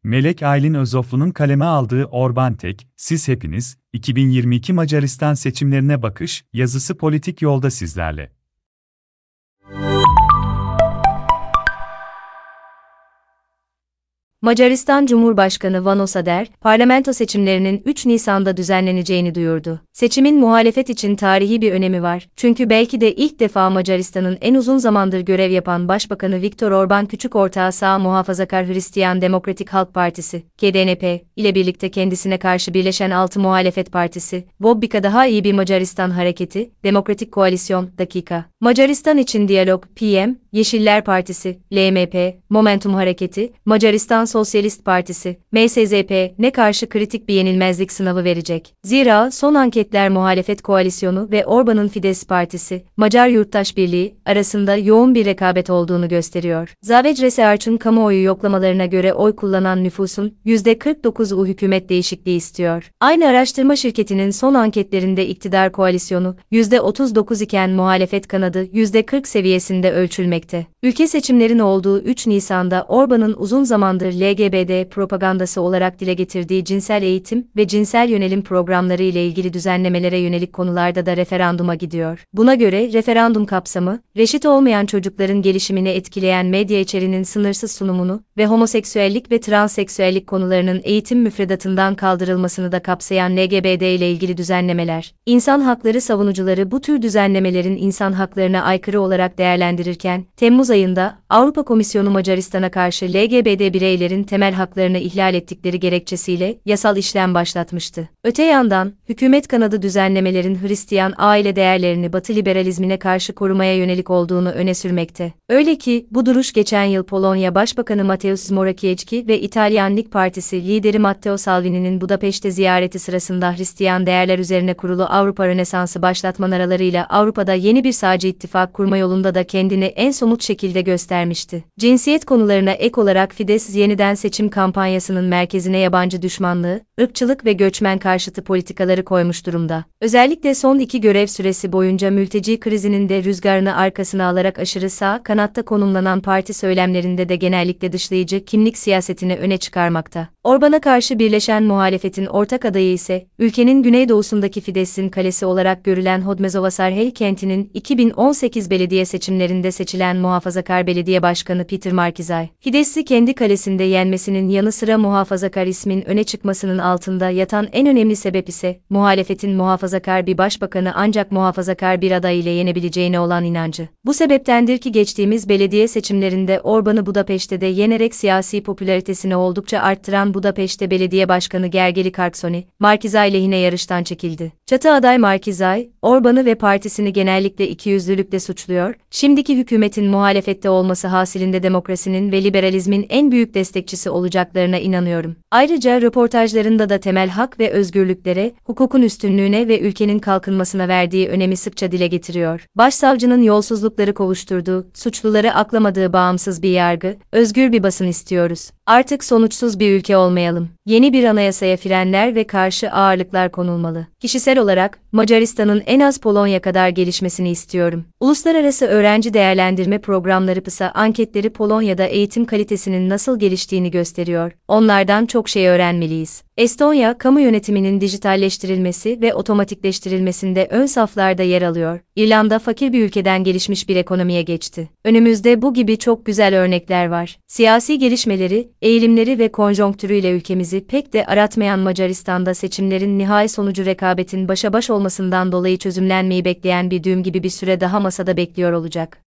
Melek Aylin Özoflu'nun kaleme aldığı Orban Tek, Siz Hepiniz, 2022 Macaristan seçimlerine bakış yazısı politik yolda sizlerle. Macaristan Cumhurbaşkanı Vano Sader, parlamento seçimlerinin 3 Nisan'da düzenleneceğini duyurdu. Seçimin muhalefet için tarihi bir önemi var. Çünkü belki de ilk defa Macaristan'ın en uzun zamandır görev yapan Başbakanı Viktor Orban küçük ortağı sağ muhafazakar Hristiyan Demokratik Halk Partisi, KDNP, ile birlikte kendisine karşı birleşen 6 muhalefet partisi, Vobbika Daha İyi Bir Macaristan Hareketi, Demokratik Koalisyon, Dakika, Macaristan için Diyalog, PM, Yeşiller Partisi, LMP, Momentum Hareketi, Macaristan Sosyalist Partisi, MSZP, ne karşı kritik bir yenilmezlik sınavı verecek. Zira son anketler muhalefet koalisyonu ve Orban'ın Fidesz Partisi, Macar Yurttaş Birliği, arasında yoğun bir rekabet olduğunu gösteriyor. Zaveç Research'ın kamuoyu yoklamalarına göre oy kullanan nüfusun %49'u hükümet değişikliği istiyor. Aynı araştırma şirketinin son anketlerinde iktidar koalisyonu %39 iken muhalefet kanadı %40 seviyesinde ölçülmekte. Ülke seçimlerin olduğu 3 Nisan'da Orban'ın uzun zamandır LGBT propagandası olarak dile getirdiği cinsel eğitim ve cinsel yönelim programları ile ilgili düzenlemelere yönelik konularda da referanduma gidiyor. Buna göre referandum kapsamı, reşit olmayan çocukların gelişimini etkileyen medya içeriğinin sınırsız sunumunu ve homoseksüellik ve transseksüellik konularının eğitim müfredatından kaldırılmasını da kapsayan LGBT ile ilgili düzenlemeler. İnsan hakları savunucuları bu tür düzenlemelerin insan haklarına aykırı olarak değerlendirirken, Temmuz ayında Avrupa Komisyonu Macaristan'a karşı LGBT bireylerin temel haklarını ihlal ettikleri gerekçesiyle yasal işlem başlatmıştı. Öte yandan, hükümet kanadı düzenlemelerin Hristiyan aile değerlerini Batı liberalizmine karşı korumaya yönelik olduğunu öne sürmekte. Öyle ki, bu duruş geçen yıl Polonya Başbakanı Mateusz Morawiecki ve İtalyan Lig Partisi lideri Matteo Salvini'nin Budapeşte ziyareti sırasında Hristiyan değerler üzerine kurulu Avrupa Rönesansı başlatmalarıyla Avrupa'da yeni bir sağcı ittifak kurma yolunda da kendini en somut şekilde göstermişti. Cinsiyet konularına ek olarak Fidesz yeniden seçim kampanyasının merkezine yabancı düşmanlığı, ırkçılık ve göçmen karşıtı politikaları koymuş durumda. Özellikle son 2 görev süresi boyunca mülteci krizinin de rüzgarını arkasına alarak aşırı sağ kanatta konumlanan parti söylemlerinde de genellikle dışlayıcı kimlik siyasetini öne çıkarmakta. Orban'a karşı birleşen muhalefetin ortak adayı ise, ülkenin güneydoğusundaki Fidesz'in kalesi olarak görülen Hódmezővásárhely kentinin 2018 belediye seçimlerinde seçilen muhafazakar belediye başkanı Péter Markizaj. Fidesz'i kendi kalesinde yenmesinin yanı sıra muhafazakar ismin öne çıkmasının altında yatan en önemli sebep ise, muhalefetin muhafazakar bir başbakanı ancak muhafazakar bir aday ile yenebileceğine olan inancı. Bu sebeptendir ki geçtiğimiz belediye seçimlerinde Orban'ı Budapeşte'de yenerek siyasi popülaritesini oldukça arttıran Budapeşte Belediye Başkanı Gergely Kargsoy, Markizaj lehine yarıştan çekildi. Çatı aday Markizaj, Orban'ı ve partisini genellikle ikiyüzlülükle suçluyor, şimdiki hükümetin muhalefette olması hasilinde demokrasinin ve liberalizmin en büyük destekçisi olacaklarına inanıyorum. Ayrıca röportajlarında da temel hak ve özgürlüklere, hukukun üstünlüğüne ve ülkenin kalkınmasına verdiği önemi sıkça dile getiriyor. Başsavcının yolsuzlukları kovuşturduğu, suçluları aklamadığı bağımsız bir yargı, özgür bir basın istiyoruz. Artık sonuçsuz bir ülke olmayalım. Yeni bir anayasaya frenler ve karşı ağırlıklar konulmalı. Kişisel olarak, Macaristan'ın en az Polonya kadar gelişmesini istiyorum. Uluslararası öğrenci değerlendirme programları PISA anketleri Polonya'da eğitim kalitesinin nasıl geliştiğini gösteriyor. Onlardan çok şey öğrenmeliyiz. Estonya, kamu yönetiminin dijitalleştirilmesi ve otomatikleştirilmesinde ön saflarda yer alıyor. İrlanda fakir bir ülkeden gelişmiş bir ekonomiye geçti. Önümüzde bu gibi çok güzel örnekler var. Siyasi gelişmeleri, eğilimleri ve konjonktürüyle ülkemizi pek de aratmayan Macaristan'da seçimlerin nihai sonucu rekabetin başa baş olmasından dolayı çözümlenmeyi bekleyen bir düğüm gibi bir süre daha masada bekliyor olacak.